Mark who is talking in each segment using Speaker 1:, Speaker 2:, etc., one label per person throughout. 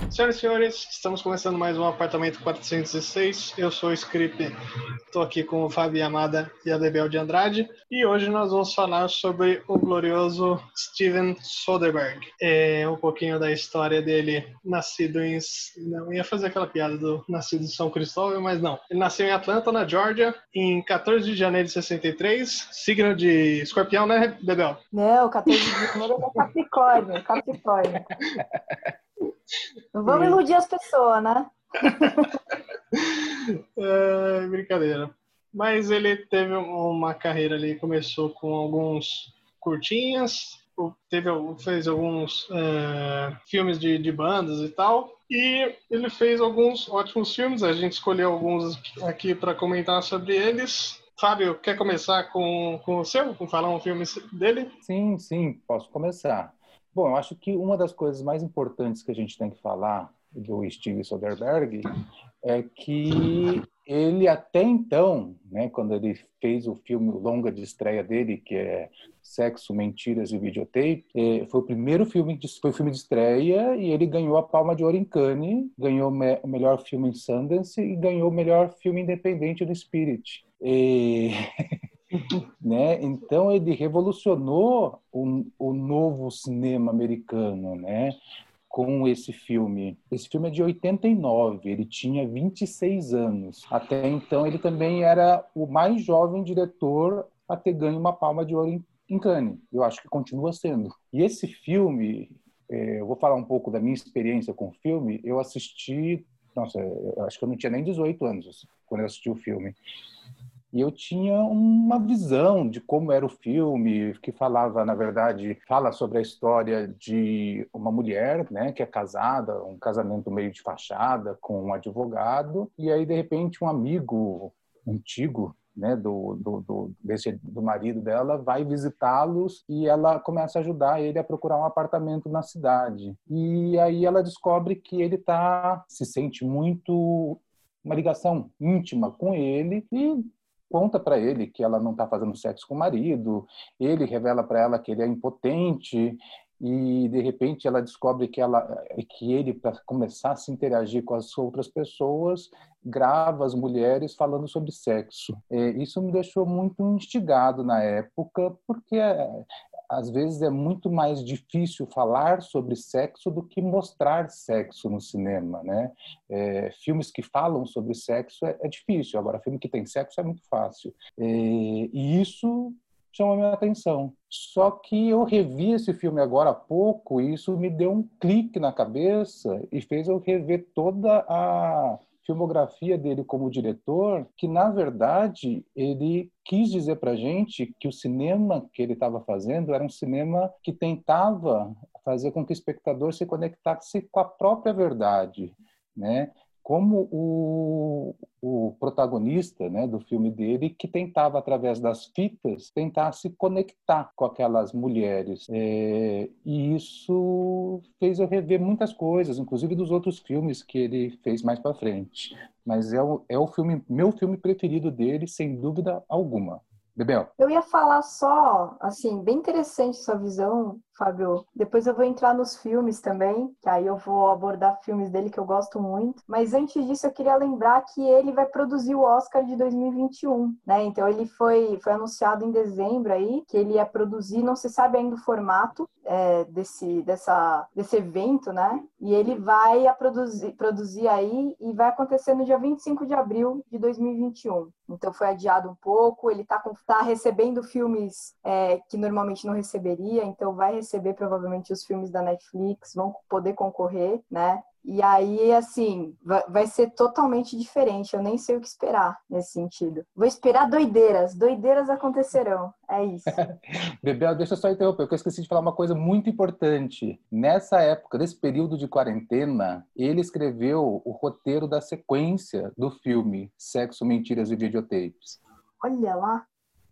Speaker 1: Senhoras e senhores, estamos começando mais um Apartamento 406. Eu sou o Script, estou aqui com o Fábio Yamada e a Lebel de Andrade. E hoje nós vamos falar sobre o glorioso Steven Soderbergh. Um pouquinho da história dele, nascido em... Não, ia fazer aquela piada do nascido em São Cristóvão, mas não. Ele nasceu em Atlanta, na Georgia, em 14 de janeiro de 63. Signo de escorpião, né, Lebel?
Speaker 2: Não, 14 de janeiro é Capricórnio. Não vamos iludir as pessoas, né?
Speaker 1: Brincadeira. Mas ele teve uma carreira ali, começou com alguns curtinhas, fez alguns filmes de bandas e tal, e ele fez alguns ótimos filmes. A gente escolheu alguns aqui para comentar sobre eles. Fábio, quer começar com o seu? Com falar um filme dele?
Speaker 3: Sim, posso começar. Bom, eu acho que uma das coisas mais importantes que a gente tem que falar do Steven Soderbergh é que ele até então, né, quando ele fez o filme, o longa de estreia dele, que é Sexo, Mentiras e Videotape, foi o primeiro filme, foi o filme de estreia, e ele ganhou a Palma de Ouro em Cannes, ganhou o melhor filme em Sundance e ganhou o melhor filme independente do Spirit. Né? Então ele revolucionou o novo cinema americano, né? Com esse filme. Esse filme é de 89, ele tinha 26 anos. Até então ele também era o mais jovem diretor a ter ganho uma Palma de Ouro em Cannes. Eu acho que continua sendo. E esse filme, eu vou falar um pouco da minha experiência com o filme. Eu assisti, eu acho que eu não tinha nem 18 anos quando eu assisti o filme. E eu tinha uma visão de como era o filme, que falava, na verdade, fala sobre a história de uma mulher, né, que é casada, um casamento meio de fachada com um advogado, e aí, de repente, um amigo antigo, né, do marido dela, vai visitá-los e ela começa a ajudar ele a procurar um apartamento na cidade. E aí ela descobre que ele se sente muito uma ligação íntima com ele e conta para ele que ela não está fazendo sexo com o marido. Ele revela para ela que ele é impotente e de repente ela descobre que ele, para começar a se interagir com as outras pessoas, grava as mulheres falando sobre sexo. Isso me deixou muito instigado na época, porque às vezes é muito mais difícil falar sobre sexo do que mostrar sexo no cinema, né? Filmes que falam sobre sexo é difícil, agora filme que tem sexo é muito fácil. E isso chamou a minha atenção. Só que eu revi esse filme agora há pouco e isso me deu um clique na cabeça e fez eu rever toda a filmografia dele como diretor, que na verdade ele quis dizer para a gente que o cinema que ele estava fazendo era um cinema que tentava fazer com que o espectador se conectasse com a própria verdade, né? Como o protagonista, né, do filme dele, que tentava, através das fitas, tentar se conectar com aquelas mulheres. E isso fez eu rever muitas coisas, inclusive dos outros filmes que ele fez mais para frente. Mas é o filme, meu filme preferido dele, sem dúvida alguma. Bebel?
Speaker 2: Eu ia falar só, assim, bem interessante sua visão, Fábio. Depois eu vou entrar nos filmes também, que aí eu vou abordar filmes dele que eu gosto muito. Mas antes disso, eu queria lembrar que ele vai produzir o Oscar de 2021, né? Então ele foi anunciado em dezembro aí, que ele ia produzir, não se sabe ainda o formato desse evento, né? E ele vai produzir aí e vai acontecer no dia 25 de abril de 2021. Então foi adiado um pouco, ele tá recebendo filmes que normalmente não receberia, então vai receber provavelmente os filmes da Netflix, vão poder concorrer, né? E aí, assim, vai ser totalmente diferente. Eu nem sei o que esperar nesse sentido. Vou esperar doideiras. Doideiras acontecerão. É isso.
Speaker 3: Bebel, deixa eu só interromper, porque eu esqueci de falar uma coisa muito importante. Nessa época, nesse período de quarentena, ele escreveu o roteiro da sequência do filme Sexo, Mentiras e Videotapes.
Speaker 2: Olha lá.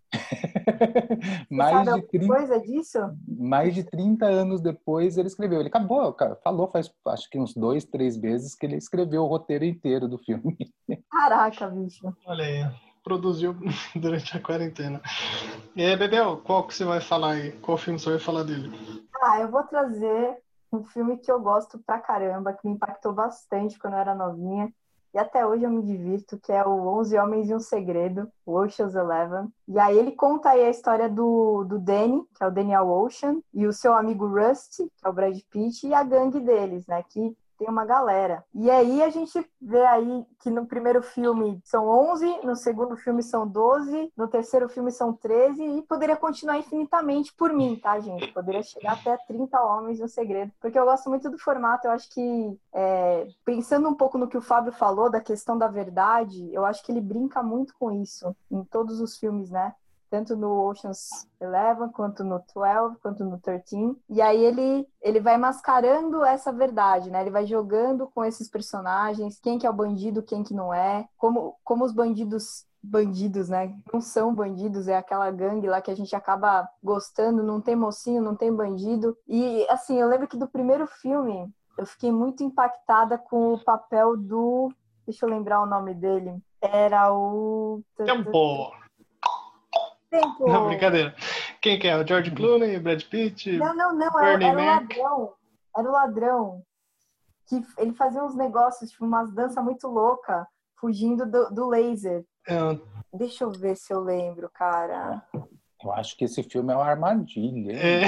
Speaker 3: mais de 30
Speaker 2: coisa disso?
Speaker 3: Mais de 30 anos depois ele escreveu. Ele acabou, falou faz acho que uns 2, 3 meses que ele escreveu o roteiro inteiro do filme.
Speaker 2: Caraca, bicho.
Speaker 1: Olha aí, produziu durante a quarentena. E aí, Bebel, qual que você vai falar aí? Qual filme você vai falar dele?
Speaker 2: Eu vou trazer um filme que eu gosto pra caramba, que me impactou bastante quando eu era novinha. E até hoje eu me divirto, que é o 11 Homens e um Segredo, o Ocean's Eleven. E aí ele conta aí a história do Danny, que é o Daniel Ocean, e o seu amigo Rusty, que é o Brad Pitt, e a gangue deles, né? Que tem uma galera. E aí a gente vê aí que no primeiro filme são 11, no segundo filme são 12, no terceiro filme são 13 e poderia continuar infinitamente por mim, tá, gente? Poderia chegar até 30 homens no segredo, porque eu gosto muito do formato, eu acho que, pensando um pouco no que o Fábio falou da questão da verdade, eu acho que ele brinca muito com isso em todos os filmes, né? Tanto no Ocean's 11, quanto no 12, quanto no 13. E aí ele vai mascarando essa verdade, né? Ele vai jogando com esses personagens, quem que é o bandido, quem que não é, como os bandidos, né? Não são bandidos, é aquela gangue lá que a gente acaba gostando, não tem mocinho, não tem bandido. E, assim, eu lembro que do primeiro filme, eu fiquei muito impactada com o papel do... Deixa eu lembrar o nome dele. Era o...
Speaker 1: Tempo! Não,
Speaker 2: Tempo!
Speaker 1: brincadeira. Quem que é? O George Clooney, Brad Pitt,
Speaker 2: Não,
Speaker 1: Bernie
Speaker 2: era o
Speaker 1: Mac?
Speaker 2: ladrão. Era o ladrão. Que ele fazia uns negócios, tipo, umas danças muito loucas, fugindo do laser.
Speaker 1: É,
Speaker 2: Deixa eu ver se eu lembro, cara.
Speaker 3: Eu acho que esse filme é uma armadilha, hein?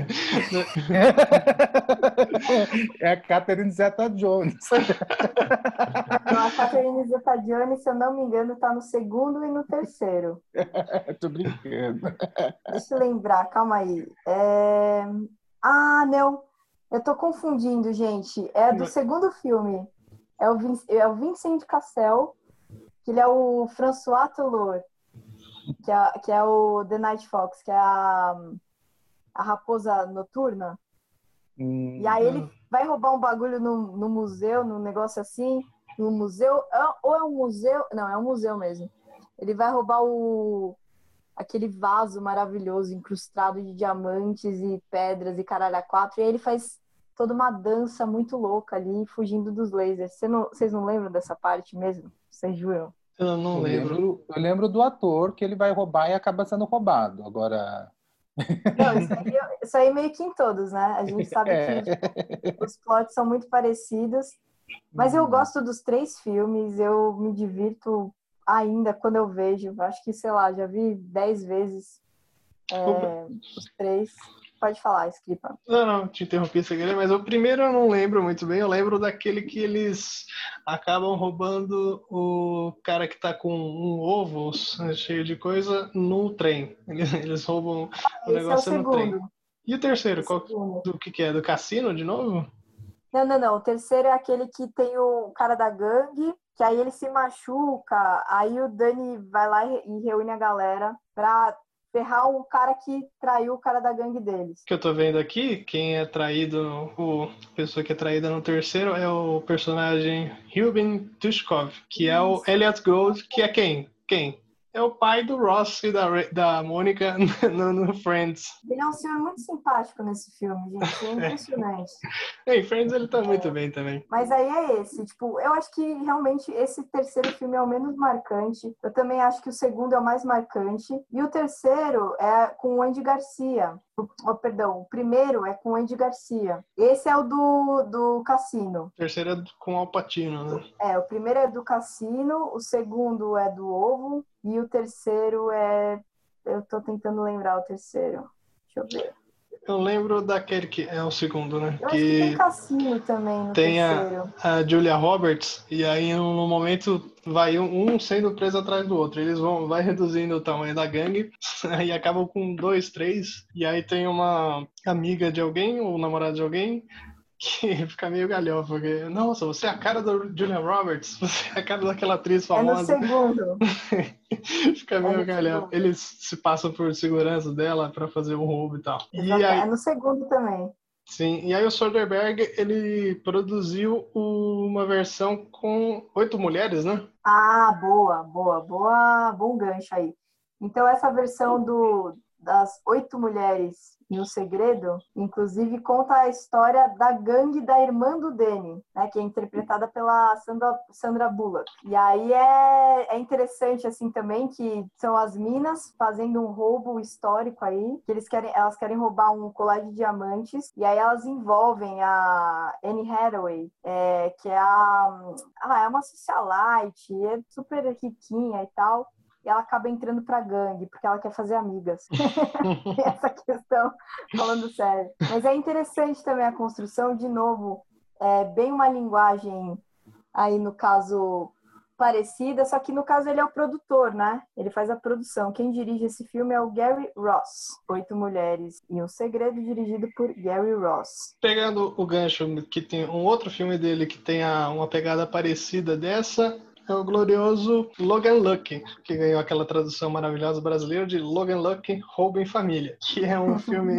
Speaker 3: É a Catherine Zeta-Jones.
Speaker 2: Não, a Catherine Zeta-Jones, se eu não me engano, tá no segundo e no terceiro.
Speaker 3: Tô brincando.
Speaker 2: Deixa eu lembrar, calma aí. Ah, não. Eu tô confundindo, gente. É do segundo filme. É o Vincent Cassel, que ele é o François Toulour, que é o The Night Fox, que é a raposa noturna. E aí ele vai roubar um bagulho no museu, num negócio assim, no museu, ou é um museu, não, é um museu mesmo. Ele vai roubar aquele vaso maravilhoso, incrustado de diamantes e pedras e caralho a quatro, e aí ele faz toda uma dança muito louca ali, fugindo dos lasers. Vocês não lembram dessa parte mesmo? Vocês juram?
Speaker 1: eu não lembro.
Speaker 3: Eu lembro do ator que ele vai roubar e acaba sendo roubado. Agora.
Speaker 2: Não, isso aí meio que em todos, né? A gente sabe que os plots são muito parecidos, mas eu gosto dos três filmes, eu me divirto ainda quando eu vejo. Acho que, sei lá, já vi 10 vezes os três. Pode falar, Scripa.
Speaker 1: Não, te interrompi sem querer, mas o primeiro eu não lembro muito bem. Eu lembro daquele que eles acabam roubando o cara que tá com um ovo cheio de coisa no trem. Eles roubam o
Speaker 2: Esse é o
Speaker 1: negócio no trem.
Speaker 2: segundo.
Speaker 1: E o terceiro,
Speaker 2: Segundo.
Speaker 1: do que é? Do cassino de novo?
Speaker 2: Não. O terceiro é aquele que tem o cara da gangue, que aí ele se machuca, aí o Dani vai lá e reúne a galera pra ferrar o cara que traiu o cara da gangue deles.
Speaker 1: Que eu tô vendo aqui, quem é traído, a pessoa que é traída no terceiro é o personagem Ruben Tushkov, que é o Elliot Gould, que é quem? Quem? É o pai do Ross e da Mônica no Friends.
Speaker 2: Ele é um senhor muito simpático nesse filme, gente. É impressionante.
Speaker 1: Em Friends ele tá muito bem também.
Speaker 2: Mas aí é esse, tipo, eu acho que realmente esse terceiro filme é o menos marcante. Eu também acho que o segundo é o mais marcante. E o terceiro é com o Andy Garcia. Perdão, o primeiro é com o Andy Garcia. Esse é o do Cassino.
Speaker 1: O terceiro é com o Al Pacino, né?
Speaker 2: O primeiro é do Cassino, o segundo é do Ovo e o terceiro é... Eu tô tentando lembrar o terceiro. Deixa eu ver.
Speaker 1: Eu lembro daquele que é o segundo, né?
Speaker 2: Eu acho que tem Cassino também no
Speaker 1: tem
Speaker 2: terceiro.
Speaker 1: a Julia Roberts, e aí no momento vai um sendo preso atrás do outro. Eles vai reduzindo o tamanho da gangue, aí acabam com 2, 3, e aí tem uma amiga de alguém, ou namorada de alguém, que fica meio galhofa, porque, nossa, você é a cara da Julia Roberts, você é a cara daquela atriz famosa.
Speaker 2: É no segundo.
Speaker 1: Fica meio galhofa. Eles se passam por segurança dela pra fazer o roubo e tal. E aí,
Speaker 2: é no segundo também.
Speaker 1: sim, e aí o Soderbergh, ele produziu uma versão com 8 mulheres, né?
Speaker 2: Ah, bom gancho aí. Então essa versão das 8 mulheres e um segredo, inclusive conta a história da gangue da irmã do Danny, né, que é interpretada pela Sandra Bullock. E aí é interessante assim também que são as minas fazendo um roubo histórico aí, que elas querem roubar um colar de diamantes, e aí elas envolvem a Anne Hathaway, que é uma socialite, é super riquinha e tal. E ela acaba entrando pra gangue, porque ela quer fazer amigas. Essa questão, falando sério. Mas é interessante também a construção, de novo, bem uma linguagem, aí no caso, parecida, só que no caso ele é o produtor, né? Ele faz a produção. Quem dirige esse filme é o Gary Ross. 8 Mulheres e um Segredo, dirigido por Gary Ross.
Speaker 1: Pegando o gancho, que tem um outro filme dele que tem uma pegada parecida dessa, é o glorioso Logan Lucky, que ganhou aquela tradução maravilhosa brasileira de Logan Lucky, Roubo em Família, que é um filme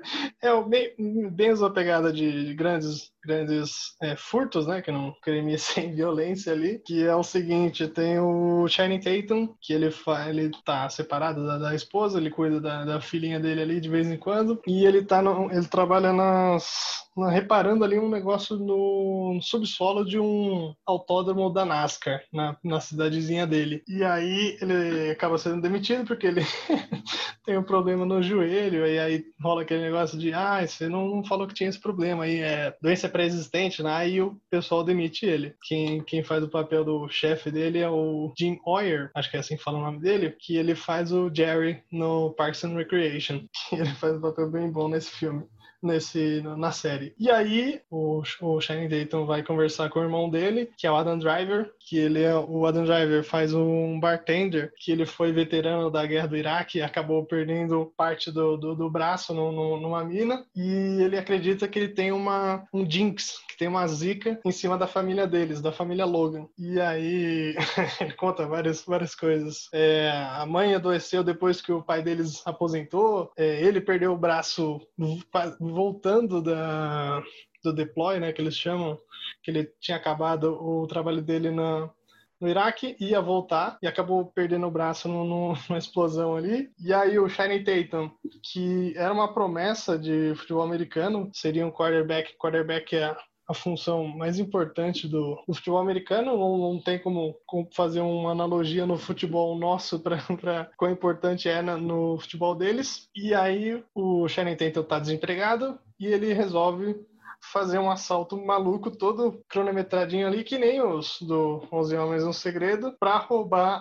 Speaker 1: bem essa pegada de grandes furtos, né, que não crime sem violência ali, que é o seguinte, tem o Channing Tatum, que ele tá separado da esposa, ele cuida da filhinha dele ali de vez em quando, e ele trabalha reparando ali um negócio no subsolo de um autódromo da NASCAR, na cidadezinha dele. E aí ele acaba sendo demitido porque ele tem um problema no joelho, e aí rola aquele negócio de você não falou que tinha esse problema aí, doença pré-existente, né? Aí o pessoal demite ele. Quem faz o papel do chefe dele é o Jim Oyer, acho que é assim que fala o nome dele, que ele faz o Jerry no Parks and Recreation. Ele faz um papel bem bom nesse filme. Na série. E aí o Channing Tatum vai conversar com o irmão dele, que é o Adam Driver, o Adam Driver faz um bartender, que ele foi veterano da guerra do Iraque e acabou perdendo parte do braço numa mina, e ele acredita que ele tem um jinx, que tem uma zica em cima da família deles, da família Logan. E aí ele conta várias coisas. A mãe adoeceu depois que o pai deles aposentou, ele perdeu o braço voltando do deploy, né, que eles chamam, que ele tinha acabado o trabalho dele no Iraque, ia voltar e acabou perdendo o braço numa explosão ali. E aí o Channing Tatum, que era uma promessa de futebol americano, seria um quarterback. Quarterback é a função mais importante do futebol americano. Não tem como fazer uma analogia no futebol nosso para quão importante é no futebol deles. E aí o Channing Tatum tá desempregado e ele resolve fazer um assalto maluco, todo cronometradinho ali, que nem os do 11 Homens um Segredo, para roubar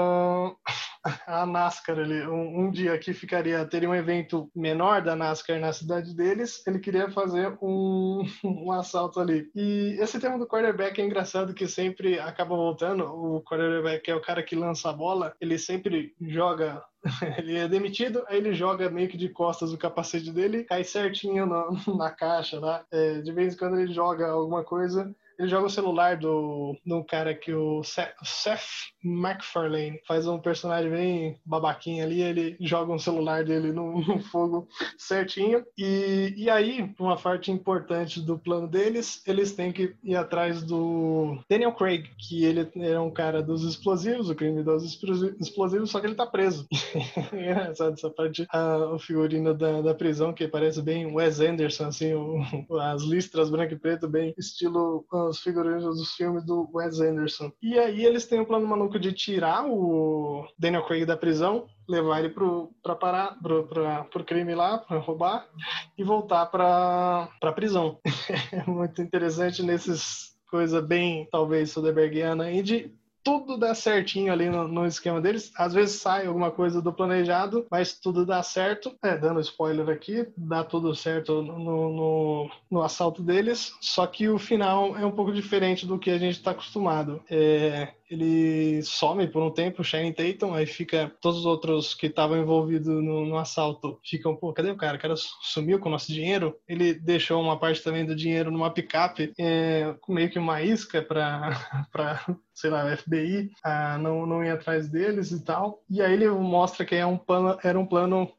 Speaker 1: a NASCAR ali. Um dia que teria um evento menor da NASCAR na cidade deles, ele queria fazer um assalto ali. E esse tema do quarterback é engraçado, que sempre acaba voltando. O quarterback é o cara que lança a bola, ele sempre joga. Ele é demitido, aí ele joga meio que de costas o capacete dele, cai certinho na caixa lá. De vez em quando ele joga alguma coisa. Ele joga o celular do cara que o Seth MacFarlane faz, um personagem bem babaquinho ali. Ele joga um celular dele no fogo certinho. E aí, uma parte importante do plano deles, eles têm que ir atrás do Daniel Craig, que ele é um cara dos explosivos, o crime dos explosivos, só que ele tá preso. É engraçado essa parte. O figurino da prisão, que parece bem Wes Anderson, assim, as listras branco e preto, bem estilo os figurinos dos filmes do Wes Anderson. E aí eles têm um plano maluco de tirar o Daniel Craig da prisão, levar ele pro crime lá, pra roubar, e voltar pra prisão. É muito interessante nesses coisa bem, talvez, soderberghiana aí, de tudo dá certinho ali no esquema deles. Às vezes sai alguma coisa do planejado, mas tudo dá certo. Dando spoiler aqui, dá tudo certo no assalto deles, só que o final é um pouco diferente do que a gente está acostumado. Ele some por um tempo, o Channing Tatum, aí fica todos os outros que estavam envolvidos no assalto ficam, cadê o cara? O cara sumiu com o nosso dinheiro. Ele deixou uma parte também do dinheiro numa picape, meio que uma isca para sei lá, o FBI não ir atrás deles e tal. E aí ele mostra que era um plano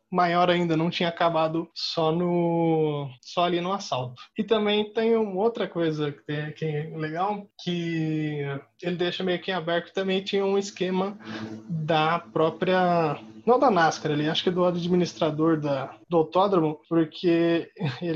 Speaker 1: maior ainda, não tinha acabado só ali no assalto. E também tem uma outra coisa que é legal, que ele deixa meio que em aberto, também tinha um esquema da própria, não da NASCAR ali, acho que do administrador do autódromo, porque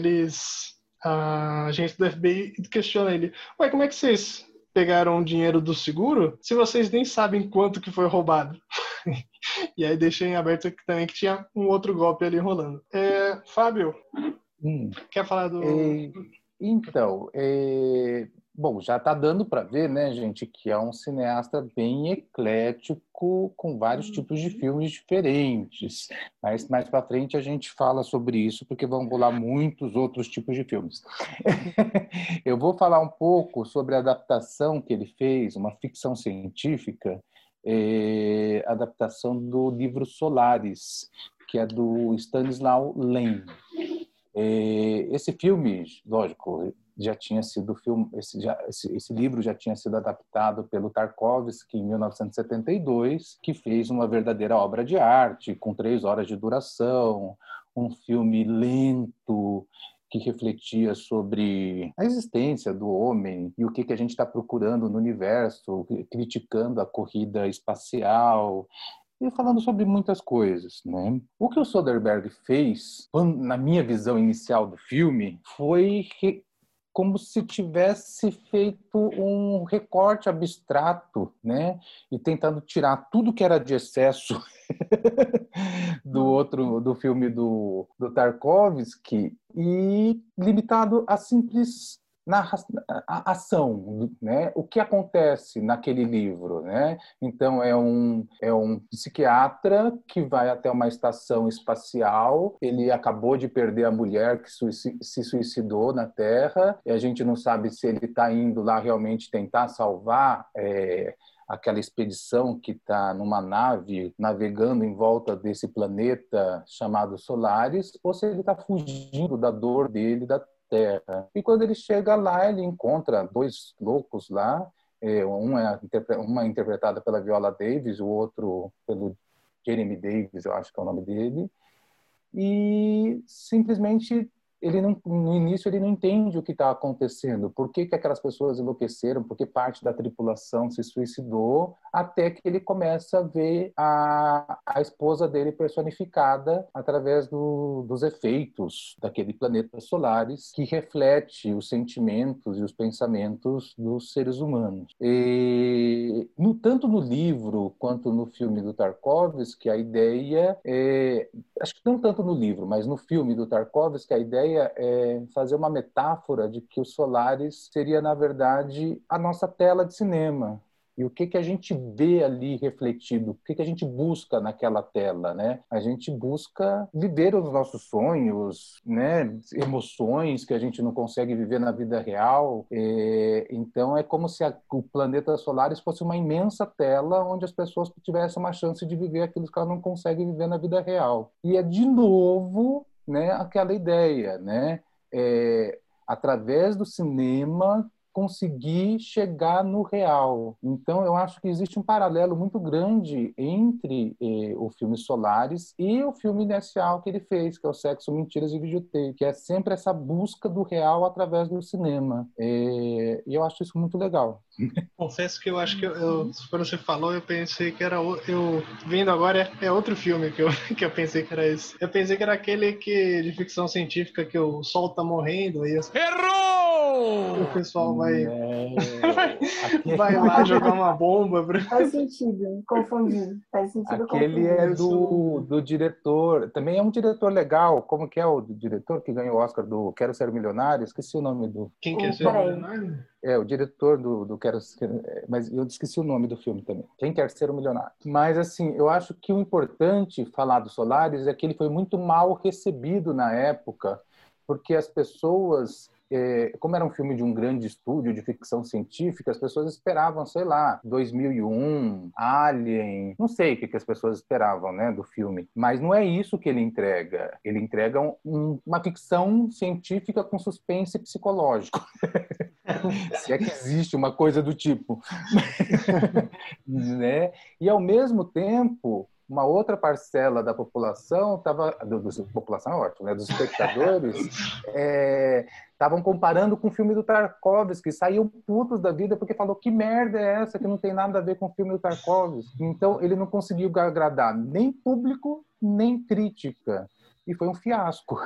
Speaker 1: a agente do FBI questiona ele, ué, como é que vocês pegaram o dinheiro do seguro se vocês nem sabem quanto que foi roubado? E aí deixei em aberto também que tinha um outro golpe ali rolando. Fábio, quer falar do...
Speaker 3: Então, bom, já está dando para ver, né, gente, que é um cineasta bem eclético, com vários tipos de filmes diferentes. Mas mais para frente a gente fala sobre isso, porque vão rolar muitos outros tipos de filmes. Eu vou falar um pouco sobre a adaptação que ele fez, uma ficção científica, adaptação do livro Solaris, que é do Stanislaw Lem. Esse filme, lógico, já tinha sido esse livro já tinha sido adaptado pelo Tarkovsky em 1972, que fez uma verdadeira obra de arte, com 3 horas de duração, um filme lento, que refletia sobre a existência do homem e o que a gente está procurando no universo, criticando a corrida espacial e falando sobre muitas coisas, né? O que o Soderbergh fez, na minha visão inicial do filme, foi como se tivesse feito um recorte abstrato, né? E tentando tirar tudo que era de excesso do filme do Tarkovsky e limitado a simples ação, né? O que acontece naquele livro, né? Então é um psiquiatra que vai até uma estação espacial. Ele acabou de perder a mulher que se suicidou na Terra, e a gente não sabe se ele está indo lá realmente tentar salvar aquela expedição que está numa nave navegando em volta desse planeta chamado Solaris, ou se ele está fugindo da dor dele, da Terra. E quando ele chega lá, ele encontra 2 loucos lá, uma interpretada pela Viola Davis, o outro pelo Jeremy Davis, eu acho que é o nome dele, e simplesmente no início ele não entende o que está acontecendo, por que aquelas pessoas enlouqueceram, por que parte da tripulação se suicidou, até que ele começa a ver a esposa dele personificada através dos efeitos daquele planeta Solaris, que reflete os sentimentos e os pensamentos dos seres humanos. Tanto no livro quanto no filme do Tarkovsky, a ideia acho que não tanto no livro, mas no filme do Tarkovsky, a ideia é fazer uma metáfora de que o Solaris seria, na verdade, a nossa tela de cinema. E o que a gente vê ali refletido, o que a gente busca naquela tela, né? A gente busca viver os nossos sonhos, né? Emoções que a gente não consegue viver na vida real. Então, é como se o planeta Solaris fosse uma imensa tela onde as pessoas tivessem uma chance de viver aquilo que elas não conseguem viver na vida real. E é, de novo, né, aquela ideia, né? Através do cinema, conseguir chegar no real. Então, eu acho que existe um paralelo muito grande entre o filme Solaris e o filme inicial que ele fez, que é o Sexo, Mentiras e Videotape, que é sempre essa busca do real através do cinema. E eu acho isso muito legal.
Speaker 1: Confesso que eu acho que quando você falou, eu pensei que era eu vendo agora é outro filme que eu pensei que era esse. Eu pensei que era aquele de ficção científica que o Sol tá morrendo e errou! O pessoal vai lá jogar uma bomba.
Speaker 2: Faz sentido, confundir. Faz sentido
Speaker 3: Aquele
Speaker 2: confundir.
Speaker 3: é do diretor, também é um diretor legal. Como que é o diretor que ganhou o Oscar do Quero Ser Milionário? Esqueci o nome do...
Speaker 1: Quem quer ser milionário?
Speaker 3: O diretor do Quero Ser... Mas eu esqueci o nome do filme também. Quem Quer Ser um Milionário? Mas, assim, eu acho que o importante falar do Solaris é que ele foi muito mal recebido na época, porque as pessoas... como era um filme de um grande estúdio de ficção científica, as pessoas esperavam, sei lá, 2001, Alien, não sei o que as pessoas esperavam, né, do filme. Mas não é isso que ele entrega. Ele entrega uma ficção científica com suspense psicológico. Se é que existe uma coisa do tipo. Né? E, ao mesmo tempo, uma outra parcela da população população é ótimo, né? Dos espectadores estavam comparando com o filme do Tarkovsky, saíam putos da vida porque falou que merda é essa que não tem nada a ver com o filme do Tarkovsky. Então ele não conseguiu agradar nem público nem crítica e foi um fiasco.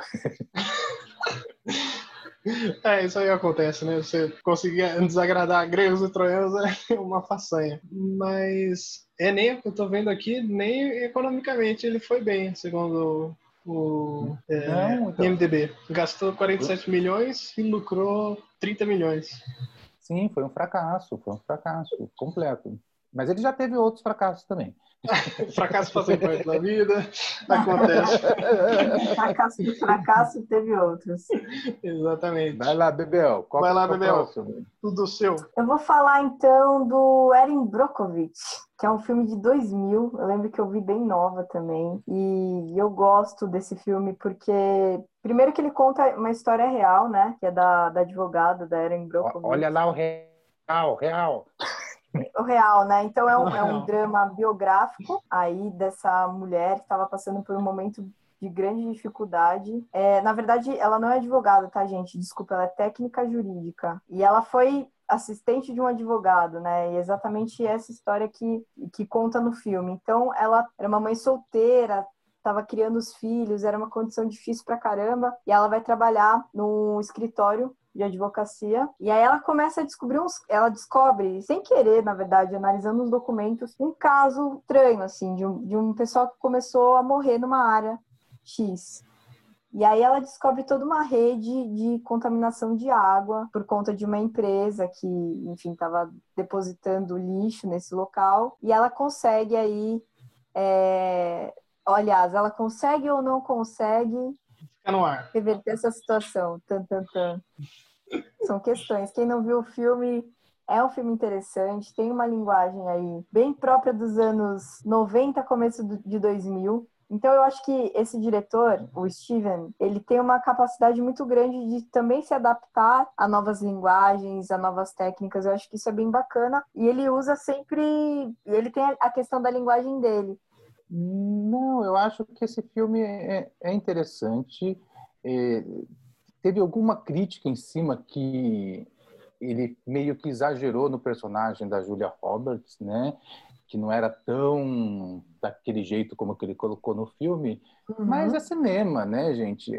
Speaker 1: Isso aí acontece, né? Você conseguir desagradar gregos e troianos é uma façanha. Mas nem o que eu tô vendo aqui, nem economicamente ele foi bem, segundo o
Speaker 3: Então,
Speaker 1: IMDb. Gastou 47 milhões e lucrou 30 milhões.
Speaker 3: Sim, foi um fracasso completo. Mas ele já teve outros fracassos também.
Speaker 1: Fracasso fazem parte da vida, acontece.
Speaker 2: Fracasso do fracasso teve outros.
Speaker 1: Exatamente.
Speaker 3: Vai lá, Bebel.
Speaker 1: Vai lá, Bebel. Tudo seu.
Speaker 2: Eu vou falar então do Erin Brockovich, que é um filme de 2000. Eu lembro que eu vi bem nova também. E eu gosto desse filme porque, primeiro que ele conta uma história real, né? Que é da advogada, da Erin Brockovich.
Speaker 3: Olha lá o real.
Speaker 2: O real, né? Então é um drama biográfico aí dessa mulher que estava passando por um momento de grande dificuldade. Na verdade, ela não é advogada, tá, gente? Desculpa, ela é técnica jurídica. E ela foi assistente de um advogado, né? E exatamente essa história que conta no filme. Então, ela era uma mãe solteira, estava criando os filhos, era uma condição difícil pra caramba. E ela vai trabalhar no escritório de advocacia, e aí ela começa a descobrir ela descobre, sem querer, na verdade, analisando os documentos, um caso estranho, assim, de um pessoal que começou a morrer numa área X. E aí ela descobre toda uma rede de contaminação de água por conta de uma empresa que, enfim, estava depositando lixo nesse local, e ela consegue aí, aliás, ela consegue ou não consegue
Speaker 1: Fica no ar.
Speaker 2: reverter essa situação. São questões. Quem não viu o filme, é um filme interessante, tem uma linguagem aí bem própria dos anos 90, começo de 2000. Então eu acho que esse diretor, o Steven, ele tem uma capacidade muito grande de também se adaptar a novas linguagens, a novas técnicas. Eu acho que isso é bem bacana. E ele usa sempre... Ele tem a questão da linguagem dele.
Speaker 3: Não, eu acho que esse filme é interessante. Teve alguma crítica em cima que ele meio que exagerou no personagem da Julia Roberts, né? Que não era tão daquele jeito como que ele colocou no filme.
Speaker 2: Uhum.
Speaker 3: Mas é cinema, né, gente?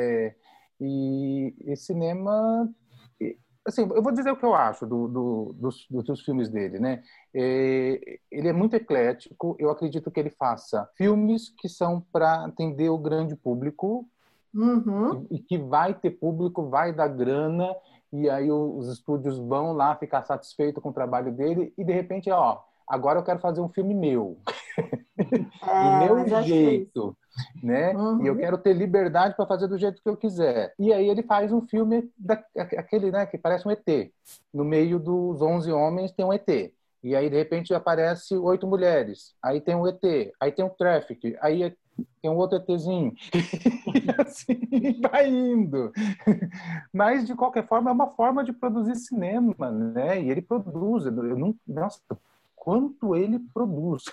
Speaker 3: E cinema... Assim, eu vou dizer o que eu acho dos filmes dele, né? Ele é muito eclético. Eu acredito que ele faça filmes que são para atender o grande público.
Speaker 2: Uhum.
Speaker 3: E que vai ter público, vai dar grana, e aí os estúdios vão lá ficar satisfeitos com o trabalho dele, e de repente, agora eu quero fazer um filme meu. Do meu jeito, né?
Speaker 2: Uhum.
Speaker 3: E eu quero ter liberdade para fazer do jeito que eu quiser. E aí ele faz um filme aquele, né, que parece um ET. No meio dos 11 homens tem um ET. E aí, de repente, aparece 8 mulheres. Aí tem um ET. Aí tem um Traffic. Aí tem um outro ETzinho. E assim vai indo. Mas, de qualquer forma, é uma forma de produzir cinema, né? E ele produz. Nossa, quanto ele produz.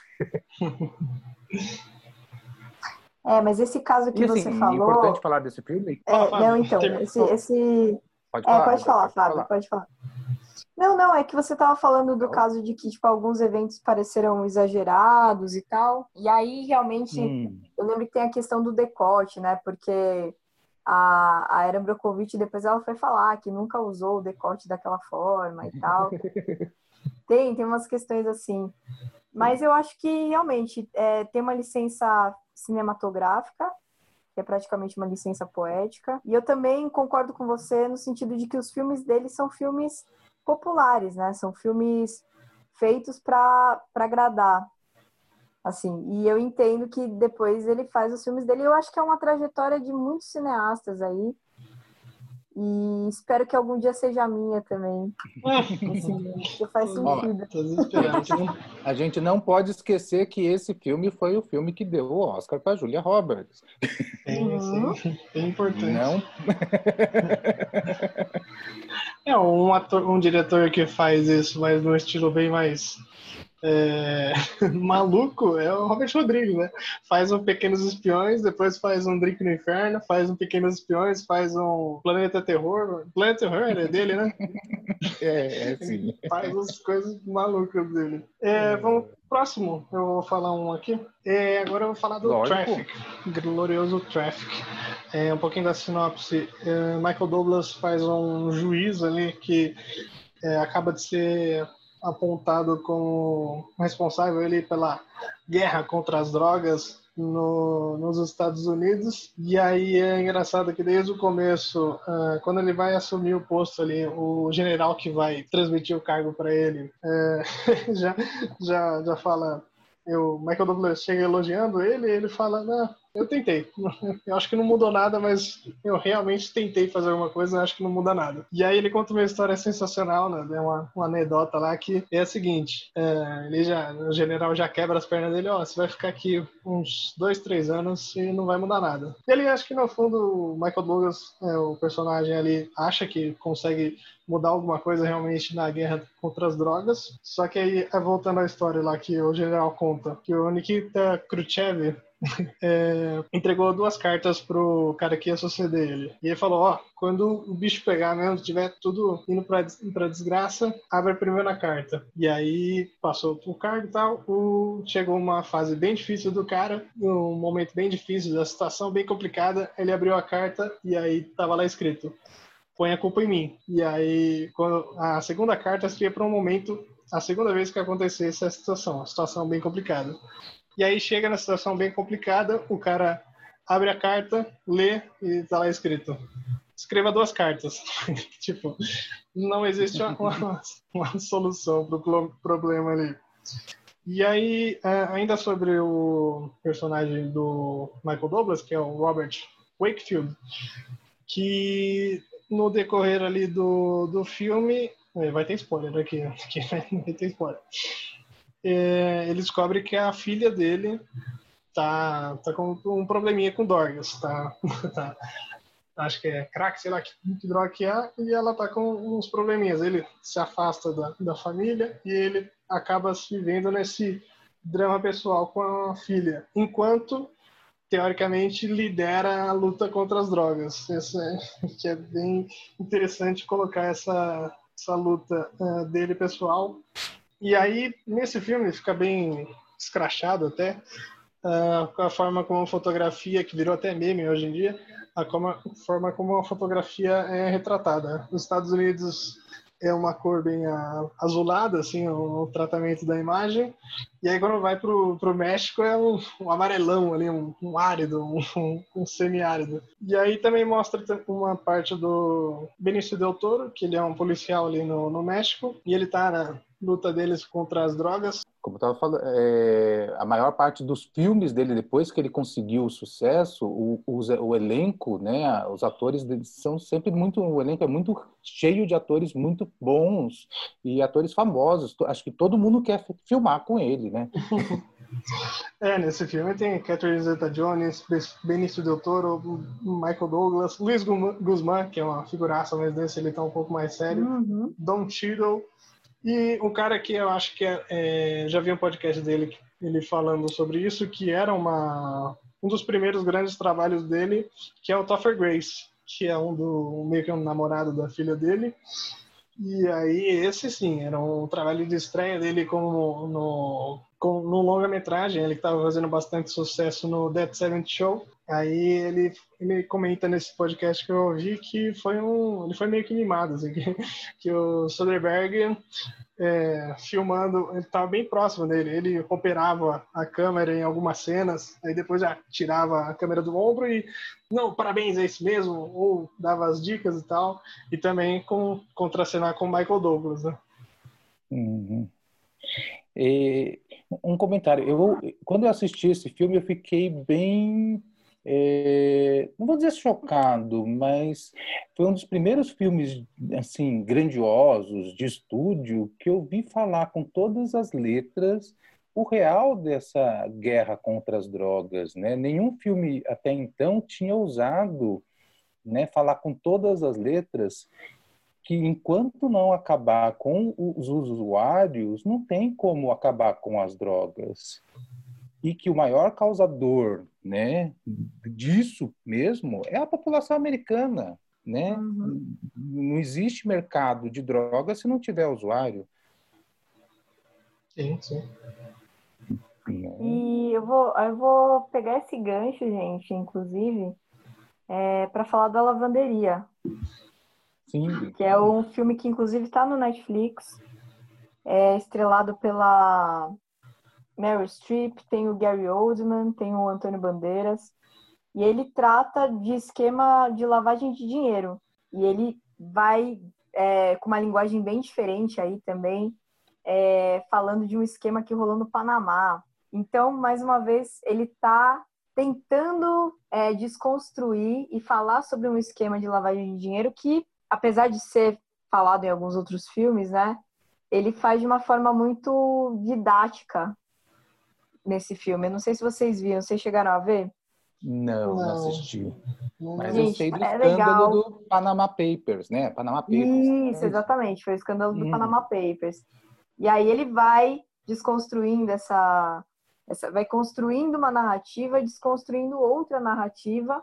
Speaker 2: Mas esse caso que
Speaker 3: e, assim,
Speaker 2: você falou...
Speaker 3: É importante falar desse filme.
Speaker 2: Não, então, esse...
Speaker 3: Pode falar,
Speaker 2: pode falar, Fábio, pode falar. Não, é que você estava falando do caso de que, tipo, alguns eventos pareceram exagerados e tal. E aí, realmente, eu lembro que tem a questão do decote, né? Porque a Erin Brockovich, depois ela foi falar que nunca usou o decote daquela forma e tal. Tem umas questões assim. Mas eu acho que, realmente, tem uma licença cinematográfica, que é praticamente uma licença poética. E eu também concordo com você no sentido de que os filmes dele são filmes populares, né? São filmes feitos para agradar, assim. E eu entendo que depois ele faz os filmes dele. Eu acho que é uma trajetória de muitos cineastas aí. E espero que algum dia seja a minha também. Assim, faz sentido.
Speaker 3: A gente não pode esquecer que esse filme foi o filme que deu o Oscar para Julia Roberts.
Speaker 1: Sim, é importante.
Speaker 3: Não.
Speaker 1: Um diretor que faz isso, mas num estilo bem mais maluco é o Robert Rodrigues, né? Faz um Pequenos Espiões, depois faz um Drink no Inferno, faz um Pequenos Espiões, faz um Planeta Terror. Planeta Terror é dele, né?
Speaker 3: Sim.
Speaker 1: Ele faz as coisas malucas dele. Vamos pro próximo. Eu vou falar um aqui. Agora eu vou falar do
Speaker 3: Lógico.
Speaker 1: Traffic. Glorioso Traffic. Um pouquinho da sinopse. Michael Douglas faz um juiz ali que acaba de ser apontado como responsável ele pela guerra contra as drogas nos Estados Unidos. E aí é engraçado que desde o começo, quando ele vai assumir o posto ali, o general que vai transmitir o cargo para ele já fala. O Michael Douglas chega elogiando ele e ele fala, não, eu tentei. Eu acho que não mudou nada, mas eu realmente tentei fazer alguma coisa, eu acho que não muda nada. E aí ele conta uma história sensacional, né? Uma anedota lá que é a seguinte, o general já quebra as pernas dele, você vai ficar aqui uns 2, 3 anos e não vai mudar nada. E ele acha que no fundo o Michael Douglas, o personagem ali, acha que consegue mudar alguma coisa realmente na guerra contra as drogas. Só que aí, voltando à história lá que o general conta, que o Nikita Khrushchev entregou 2 cartas pro cara que ia suceder ele. E ele falou, quando o bicho pegar mesmo, tiver tudo indo pra desgraça, abre a primeira carta. E aí passou o cargo e tal, chegou uma fase bem difícil do cara, um momento bem difícil, da situação bem complicada, ele abriu a carta e aí tava lá escrito, põe a culpa em mim. E aí, quando a segunda carta seria para um momento, a segunda vez que acontecesse a situação bem complicada. E aí chega na situação bem complicada, o cara abre a carta, lê e tá lá escrito: escreva 2 cartas. Tipo, não existe uma solução pro problema ali. E aí, ainda sobre o personagem do Michael Douglas, que é o Robert Wakefield, que no decorrer ali do filme, vai ter spoiler aqui vai ter spoiler. Ele descobre que a filha dele tá com um probleminha com drogas, tá, acho que é crack, sei lá que droga que é, e ela tá com uns probleminhas. Ele se afasta da família e ele acaba se vendo nesse drama pessoal com a filha, enquanto teoricamente lidera a luta contra as drogas. Isso que é bem interessante colocar essa luta dele pessoal. E aí, nesse filme, fica bem escrachado até, com a forma como a fotografia, que virou até meme hoje em dia, a forma como a fotografia é retratada. Nos Estados Unidos é uma cor bem azulada, assim, o tratamento da imagem, e aí quando vai pro México é um amarelão ali, um árido, um semiárido. E aí também mostra uma parte do Benício Del Toro, que ele é um policial ali no México, e ele tá na luta deles contra as drogas.
Speaker 3: Como eu estava falando, a maior parte dos filmes dele, depois que ele conseguiu o sucesso, o elenco, né, os atores são sempre muito, o elenco é muito cheio de atores muito bons e atores famosos. Acho que todo mundo quer filmar com ele, né?
Speaker 1: Nesse filme tem Catherine Zeta-Jones, Benício Del Toro, Michael Douglas, Luiz Guzmán, que é uma figuraça, mas nesse ele tá um pouco mais sério, Don Cheadle, e um cara que eu acho que já vi um podcast dele, ele falando sobre isso, que era um dos primeiros grandes trabalhos dele, que é o Topher Grace, que é meio que um namorado da filha dele. E aí, esse sim, era um trabalho de estreia dele no longa-metragem. Ele estava fazendo bastante sucesso no Dead Seventh Show. Aí ele comenta nesse podcast que eu ouvi que ele foi meio que mimado, assim, que o Soderbergh filmando, ele estava bem próximo dele, ele operava a câmera em algumas cenas, aí depois já tirava a câmera do ombro e não, parabéns, é isso mesmo, ou dava as dicas e tal, e também contracenar com o Michael Douglas, né?
Speaker 3: Uhum. E um comentário, quando eu assisti esse filme eu fiquei bem, não vou dizer chocado, mas foi um dos primeiros filmes assim grandiosos de estúdio que eu vi falar com todas as letras o real dessa guerra contra as drogas, né? Nenhum filme até então tinha ousado, né, falar com todas as letras que enquanto não acabar com os usuários, não tem como acabar com as drogas. E que o maior causador, né, disso mesmo é a população americana, né?
Speaker 2: Uhum.
Speaker 3: Não existe mercado de drogas se não tiver usuário.
Speaker 1: Sim, sim.
Speaker 2: E eu vou pegar esse gancho, gente, inclusive, para falar da Lavanderia,
Speaker 3: Sim.
Speaker 2: que é um filme que, inclusive, está no Netflix, é estrelado pela Meryl Streep, tem o Gary Oldman, tem o Antônio Bandeiras, e ele trata de esquema de lavagem de dinheiro. E ele vai com uma linguagem bem diferente aí também, falando de um esquema que rolou no Panamá. Então, mais uma vez, ele está tentando desconstruir e falar sobre um esquema de lavagem de dinheiro que, apesar de ser falado em alguns outros filmes, né, ele faz de uma forma muito didática nesse filme. Eu não sei se vocês viram, vocês chegaram a ver?
Speaker 3: Não
Speaker 1: Não,
Speaker 3: assisti. Mas eu
Speaker 2: Gente,
Speaker 3: sei do
Speaker 2: é
Speaker 3: escândalo
Speaker 2: legal.
Speaker 3: do Panama Papers, né? Panama Papers.
Speaker 2: Isso,
Speaker 3: É isso.
Speaker 2: exatamente. Foi o escândalo do Panama Papers. E aí ele vai desconstruindo vai construindo uma narrativa, desconstruindo outra narrativa.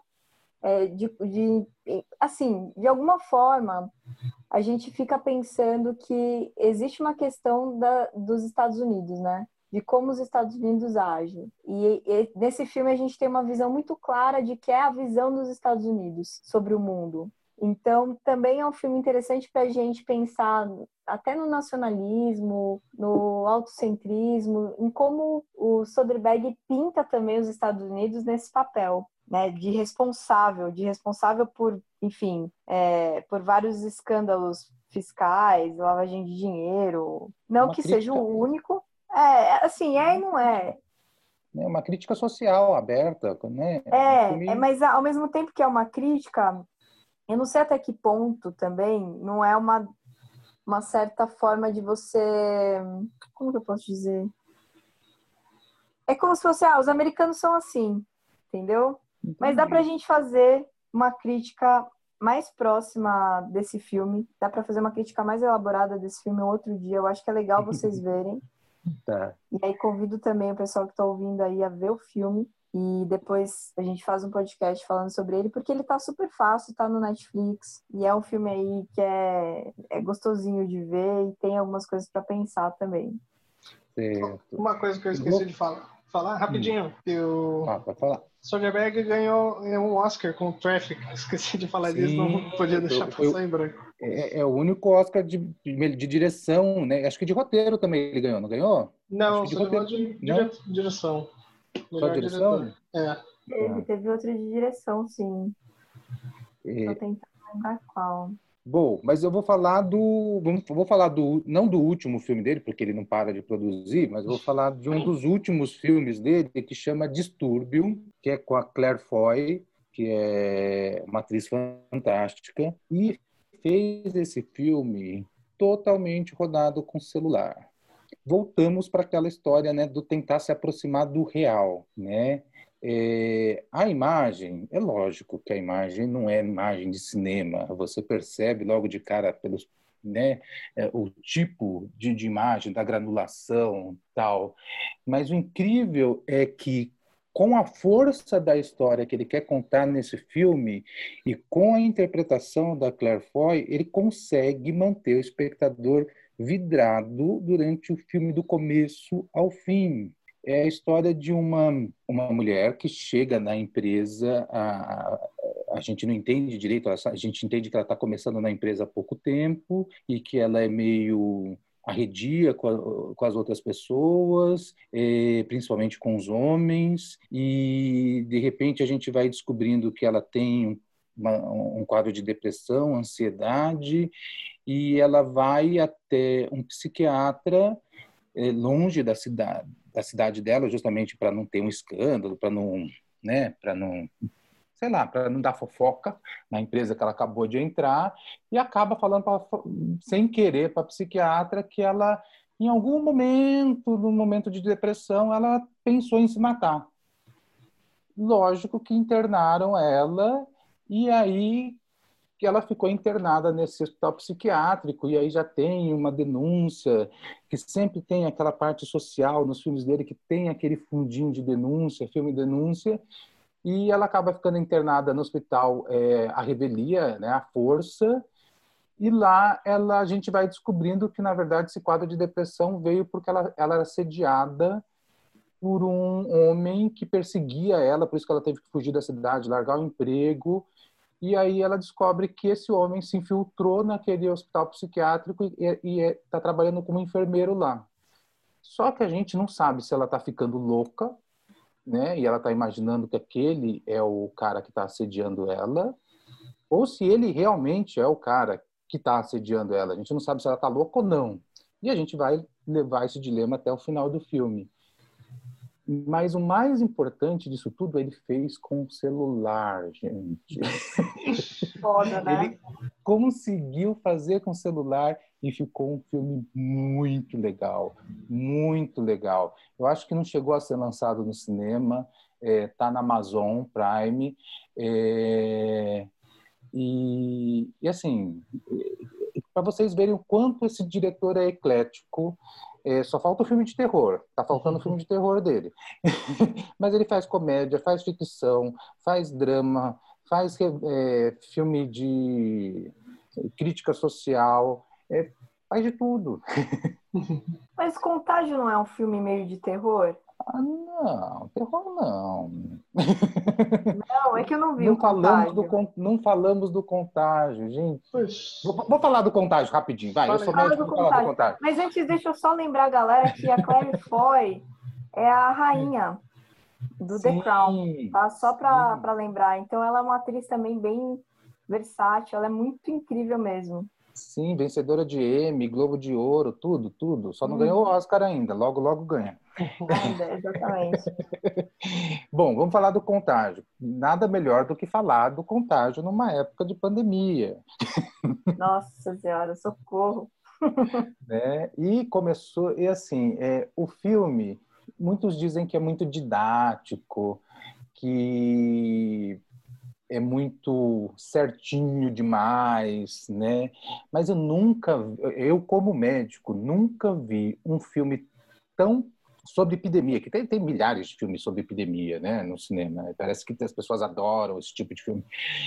Speaker 2: Assim, de alguma forma, a gente fica pensando que existe uma questão dos Estados Unidos, né? De como os Estados Unidos agem. E nesse filme a gente tem uma visão muito clara de que é a visão dos Estados Unidos sobre o mundo. Então, também é um filme interessante para a gente pensar até no nacionalismo, no autocentrismo, em como o Soderbergh pinta também os Estados Unidos nesse papel, né, de responsável por, enfim, por vários escândalos fiscais, lavagem de dinheiro. Não
Speaker 3: Uma
Speaker 2: que seja
Speaker 3: crítica,
Speaker 2: o único. Assim, e não é.
Speaker 3: né? Uma crítica social aberta, né? Um filme.
Speaker 2: Mas ao mesmo tempo que é uma crítica, eu não sei até que ponto também não é uma certa forma de você. Como que eu posso dizer? É como se fosse, os americanos são assim, entendeu? Mas dá pra gente fazer uma crítica mais próxima desse filme, dá pra fazer uma crítica mais elaborada desse filme um outro dia. Eu acho que é legal vocês verem.
Speaker 3: Tá.
Speaker 2: E aí convido também o pessoal que está ouvindo aí a ver o filme. E depois a gente faz um podcast falando sobre ele, porque ele tá super fácil, tá no Netflix. E é um filme aí que é gostosinho de ver e tem algumas coisas para pensar também.
Speaker 3: Certo.
Speaker 1: Uma coisa que eu esqueci de falar rapidinho, que o
Speaker 3: Pode falar.
Speaker 1: Soderbergh ganhou um Oscar com o Traffic. Esqueci de falar disso, não
Speaker 3: Sim,
Speaker 1: podia deixar passar em branco.
Speaker 3: é o único Oscar de direção, né? Acho que de roteiro também ele ganhou, não ganhou? Acho
Speaker 1: Não,
Speaker 3: que de
Speaker 1: só ganhou
Speaker 3: roteiro.
Speaker 1: de
Speaker 3: Não?
Speaker 1: direção.
Speaker 3: Só
Speaker 1: Melhor diretor.
Speaker 3: direção?
Speaker 2: Teve outro de direção, sim. Tô tentando lembrar qual.
Speaker 3: Bom, mas eu vou falar não do último filme dele, porque ele não para de produzir, mas eu vou falar de um dos últimos filmes dele, que chama Distúrbio, que é com a Claire Foy, que é uma atriz fantástica, e fez esse filme totalmente rodado com celular. Voltamos para aquela história, né, do tentar se aproximar do real, né? A imagem, é lógico que a imagem não é imagem de cinema, você percebe logo de cara pelos, né, o tipo de imagem, da granulação, tal. Mas o incrível é que, com a força da história que ele quer contar nesse filme e com a interpretação da Claire Foy, ele consegue manter o espectador vidrado durante o filme do começo ao fim. É a história de uma mulher que chega na empresa, a gente não entende direito, a gente entende que ela está começando na empresa há pouco tempo e que ela é meio arredia com as outras pessoas, principalmente com os homens, e de repente a gente vai descobrindo que ela tem um quadro de depressão, ansiedade, e ela vai até um psiquiatra longe da cidade dela, justamente para não ter um escândalo, para não, né, sei lá, para não dar fofoca na empresa que ela acabou de entrar, e acaba falando sem querer para a psiquiatra que ela, em algum momento, no momento de depressão, ela pensou em se matar. Lógico que internaram ela, e aí que ela ficou internada nesse hospital psiquiátrico, e aí já tem uma denúncia, que sempre tem aquela parte social nos filmes dele, que tem aquele fundinho de denúncia, filme denúncia, e ela acaba ficando internada no hospital A Revelia, né, a Força, e lá a gente vai descobrindo que, na verdade, esse quadro de depressão veio porque ela era assediada por um homem que perseguia ela, por isso que ela teve que fugir da cidade, largar o emprego. E aí ela descobre que esse homem se infiltrou naquele hospital psiquiátrico e está trabalhando como enfermeiro lá. Só que a gente não sabe se ela está ficando louca, né? E ela está imaginando que aquele é o cara que está assediando ela, ou se ele realmente é o cara que está assediando ela. A gente não sabe se ela está louca ou não. E a gente vai levar esse dilema até o final do filme. Mas o mais importante disso tudo, ele fez com o celular, gente.
Speaker 2: Foda, né?
Speaker 3: Ele conseguiu fazer com o celular e ficou um filme muito legal. Muito legal. Eu acho que não chegou a ser lançado no cinema, tá na Amazon Prime. E assim, para vocês verem o quanto esse diretor é eclético, só falta o filme de terror. Tá faltando o filme de terror dele. Mas ele faz comédia, faz ficção, faz drama, faz filme de crítica social, faz de tudo.
Speaker 2: Mas Contágio não é um filme meio de terror?
Speaker 3: Ah, não, terror não.
Speaker 2: Não, é que eu não vi o Contágio.
Speaker 3: Não falamos do Contágio, gente.
Speaker 1: Pois.
Speaker 3: Vou falar do Contágio rapidinho, vai. Eu sou
Speaker 2: Fala
Speaker 3: médico,
Speaker 2: do
Speaker 3: vou falar do
Speaker 2: Contágio.
Speaker 3: Contágio.
Speaker 2: Mas antes, deixa eu só lembrar a galera que a Claire Foy é a rainha do The Crown, tá? Só para lembrar. Então, ela é uma atriz também bem versátil, ela é muito incrível mesmo.
Speaker 3: Sim, vencedora de Emmy, Globo de Ouro, tudo, tudo. Só não ganhou o Oscar ainda, logo, logo ganha.
Speaker 2: Ainda, exatamente.
Speaker 3: Bom, vamos falar do Contágio. Nada melhor do que falar do Contágio numa época de pandemia.
Speaker 2: Nossa Senhora, socorro.
Speaker 3: Né? E começou, e assim, o filme, muitos dizem que é muito didático, que é muito certinho demais, né? Mas eu como médico, nunca vi um filme tão sobre epidemia, que tem milhares de filmes sobre epidemia, né, no cinema. Parece que as pessoas adoram esse tipo de filme.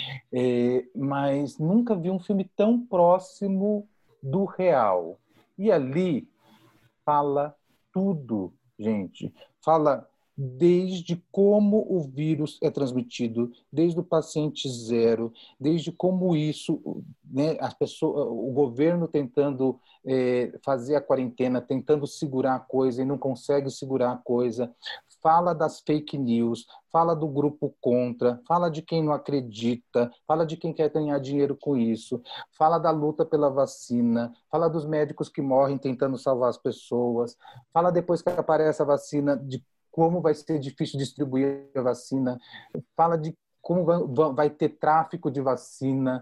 Speaker 3: Mas nunca vi um filme tão próximo do real. E ali fala tudo, gente. Fala desde como o vírus é transmitido, desde o paciente zero, desde como isso, né, as pessoas, o governo tentando fazer a quarentena, tentando segurar a coisa e não consegue segurar a coisa. Fala das fake news, fala do grupo contra, fala de quem não acredita, fala de quem quer ganhar dinheiro com isso, fala da luta pela vacina, fala dos médicos que morrem tentando salvar as pessoas, fala depois que aparece a vacina de como vai ser difícil distribuir a vacina, fala de como vai ter tráfico de vacina.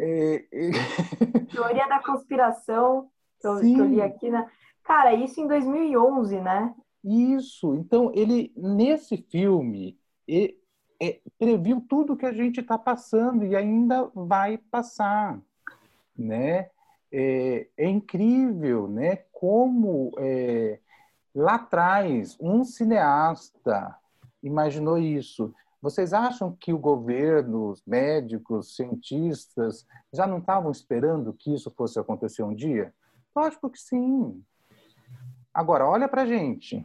Speaker 2: Teoria da conspiração, que eu li aqui, né? Cara, isso em 2011, né?
Speaker 3: Isso. Então, ele, nesse filme, previu tudo que a gente está passando e ainda vai passar, né? É incrível, né? Como lá atrás um cineasta imaginou isso. Vocês acham que o governo, os médicos, cientistas já não estavam esperando que isso fosse acontecer um dia? Lógico que sim. Agora, olha pra gente.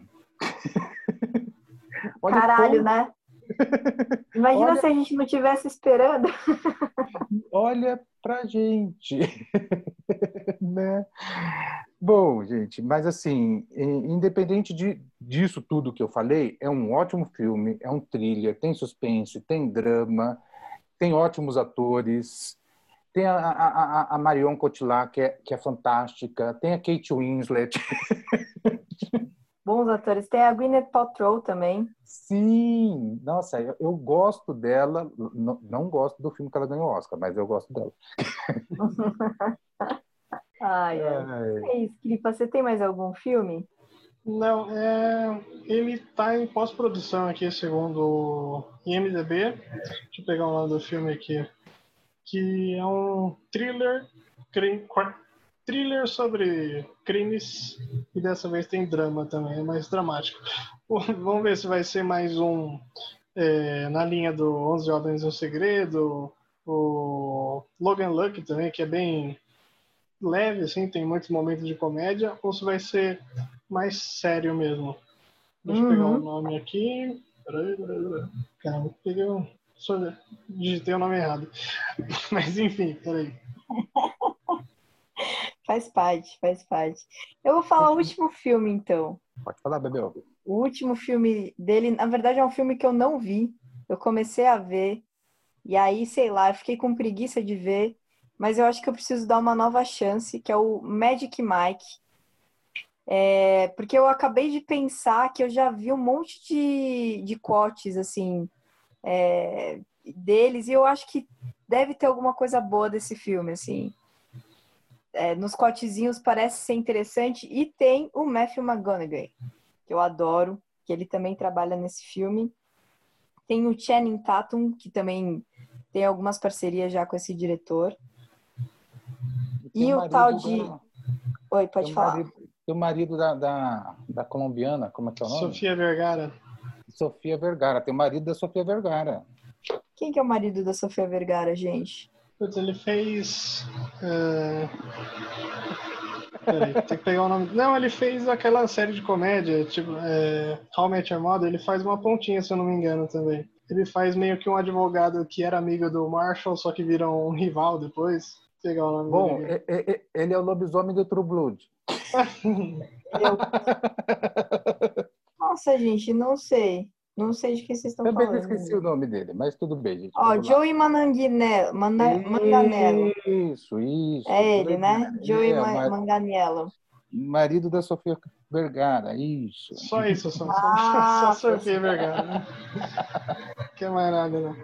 Speaker 2: Olha caralho, né? Imagina se a gente não estivesse esperando.
Speaker 3: Olha pra gente. Né? Bom, gente, mas assim, independente disso tudo que eu falei, é um ótimo filme, é um thriller, tem suspense, tem drama, tem ótimos atores, tem a Marion Cotillard, que é fantástica, tem a Kate Winslet.
Speaker 2: Bons atores. Tem a Gwyneth Paltrow também.
Speaker 3: Sim, nossa, eu gosto dela, não gosto do filme que ela ganhou o Oscar, mas eu gosto dela.
Speaker 2: Ai. É isso, Cripa. Você tem mais algum filme?
Speaker 1: Não, ele está em pós-produção aqui, segundo o IMDb. Deixa eu pegar o nome do filme aqui. que é um thriller sobre crimes e dessa vez tem drama também, é mais dramático. Vamos ver se vai ser mais um na linha do 11 Homens e um Segredo, o Logan Lucky também, que é bem leve, assim, tem muitos momentos de comédia, ou se vai ser mais sério mesmo. Deixa eu pegar o nome aqui. Peraí. Caramba, digitei o nome errado. Mas enfim, peraí.
Speaker 2: Faz parte. Eu vou falar o último filme, então.
Speaker 3: Pode falar, Bebel.
Speaker 2: O último filme dele, na verdade, é um filme que eu não vi. Eu comecei a ver, e aí, sei lá, eu fiquei com preguiça de ver, mas eu acho que eu preciso dar uma nova chance, que é o Magic Mike. Porque eu acabei de pensar que eu já vi um monte de cortes, assim, deles, e eu acho que deve ter alguma coisa boa desse filme, assim. Nos cortezinhos parece ser interessante, e tem o Matthew McConaughey, que eu adoro, que ele também trabalha nesse filme. Tem o Channing Tatum, que também tem algumas parcerias já com esse diretor. E o tal de... Oi, pode falar.
Speaker 3: Tem o marido da colombiana, como é que é o nome?
Speaker 1: Sofia Vergara.
Speaker 3: Sofia Vergara, tem o marido da Sofia Vergara.
Speaker 2: Quem que é o marido da Sofia Vergara, gente?
Speaker 1: Putz, ele fez... Peraí, tem que pegar o nome... Não, ele fez aquela série de comédia, tipo, How I Met Your Mother, ele faz uma pontinha, se eu não me engano, também. Ele faz meio que um advogado que era amigo do Marshall, só que vira um rival depois. Vou pegar o nome
Speaker 3: Bom,
Speaker 1: dele.
Speaker 3: ele é o lobisomem do True Blood.
Speaker 2: Nossa, gente, não sei. Não sei de quem vocês estão falando.
Speaker 3: Também esqueci o nome dele, mas tudo bem, gente.
Speaker 2: Ó, Joey Manganiello.
Speaker 3: Isso.
Speaker 2: É ele, né? Joey Manganiello.
Speaker 3: Marido da Sofia Vergara, isso.
Speaker 1: Só isso, só Sofia Vergara, né? Que mais nada, não.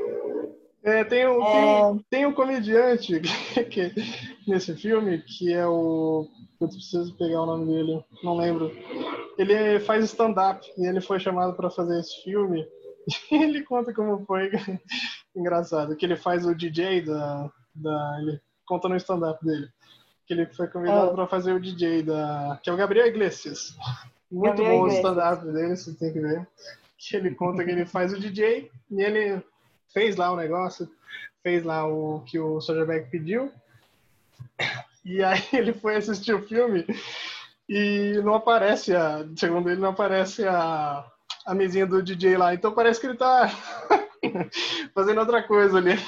Speaker 1: Tem um comediante nesse filme, que é o... Eu preciso pegar o nome dele, não lembro. Ele faz stand-up e ele foi chamado para fazer esse filme. E ele conta como foi engraçado, que ele faz o DJ ele conta no stand-up dele. Que ele foi convidado para fazer o DJ que é o Gabriel Iglesias. Muito bom o stand-up dele, você tem que ver. Que ele conta que ele faz o DJ e ele fez lá o negócio, fez lá o que o Soderbergh pediu. E aí ele foi assistir o filme e não aparece, segundo ele, não aparece a mesinha do DJ lá. Então parece que ele tá fazendo outra coisa ali.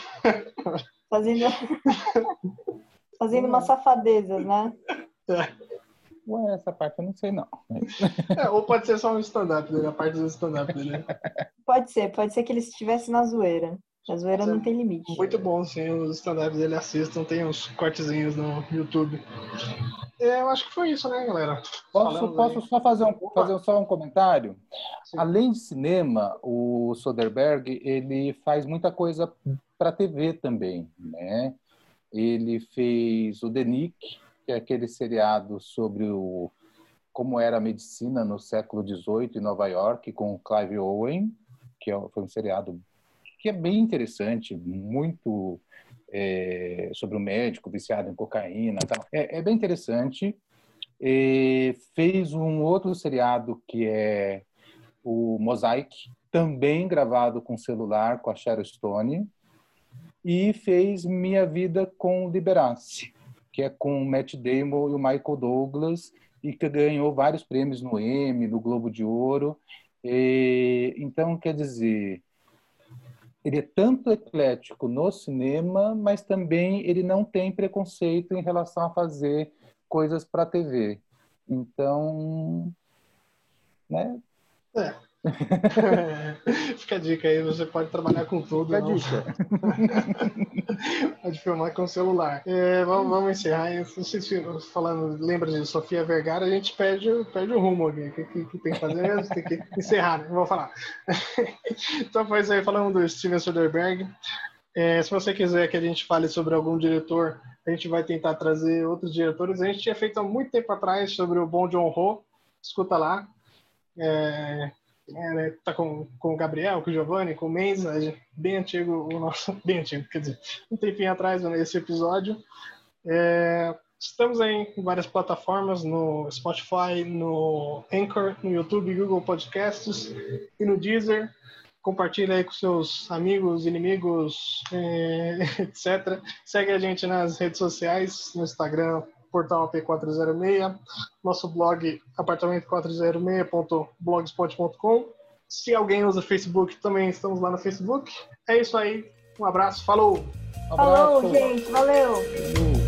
Speaker 2: Fazendo umas safadezas, né?
Speaker 3: Ué, essa parte eu não sei, não.
Speaker 1: Ou pode ser só um stand-up dele, a parte do stand-up dele.
Speaker 2: Pode ser que ele estivesse na zoeira. A zoeira não tem limite.
Speaker 1: Muito bom, sim. Os stand-ups dele assistam, tem uns cortezinhos no YouTube. Eu acho que foi isso, né, galera?
Speaker 3: Posso só fazer um comentário? Sim. Além de cinema, o Soderbergh, ele faz muita coisa para TV também, né? Ele fez o The Nick, que é aquele seriado sobre como era a medicina no século XVIII em Nova York, com o Clive Owen, que foi um seriado que é bem interessante, muito sobre o médico viciado em cocaína. Tal. É bem interessante. Fez um outro seriado que é o Mosaic, também gravado com celular, com a Sharon Stone. E fez Minha Vida com Liberace, que é com o Matt Damon e o Michael Douglas, e que ganhou vários prêmios no Emmy, no Globo de Ouro. Então, quer dizer, ele é tanto eclético no cinema, mas também ele não tem preconceito em relação a fazer coisas para a TV. Então, né?
Speaker 1: Fica a dica aí, você pode trabalhar com tudo.
Speaker 3: Fica a dica.
Speaker 1: Pode filmar com o celular. Vamos encerrar. Falando, lembra de Sofia Vergara, a gente perde o rumo aqui. O que tem que fazer mesmo? Tem que encerrar, né? Vou falar. Então foi isso aí, falando do Steven Soderbergh. Se você quiser que a gente fale sobre algum diretor, a gente vai tentar trazer outros diretores. A gente tinha feito há muito tempo atrás sobre o Bong Joon-ho. Escuta lá. Tá com o Gabriel, com o Giovanni, com o Menza, bem antigo o nosso, bem antigo, quer dizer, um tempinho atrás nesse episódio. Estamos em várias plataformas, no Spotify, no Anchor, no YouTube, Google Podcasts e no Deezer. Compartilha aí com seus amigos, inimigos, etc. Segue a gente nas redes sociais, no Instagram, Portal AP406, nosso blog apartamento406.blogspot.com. Se alguém usa Facebook, também estamos lá no Facebook. É isso aí, um abraço, falou!
Speaker 2: Falou, gente, valeu!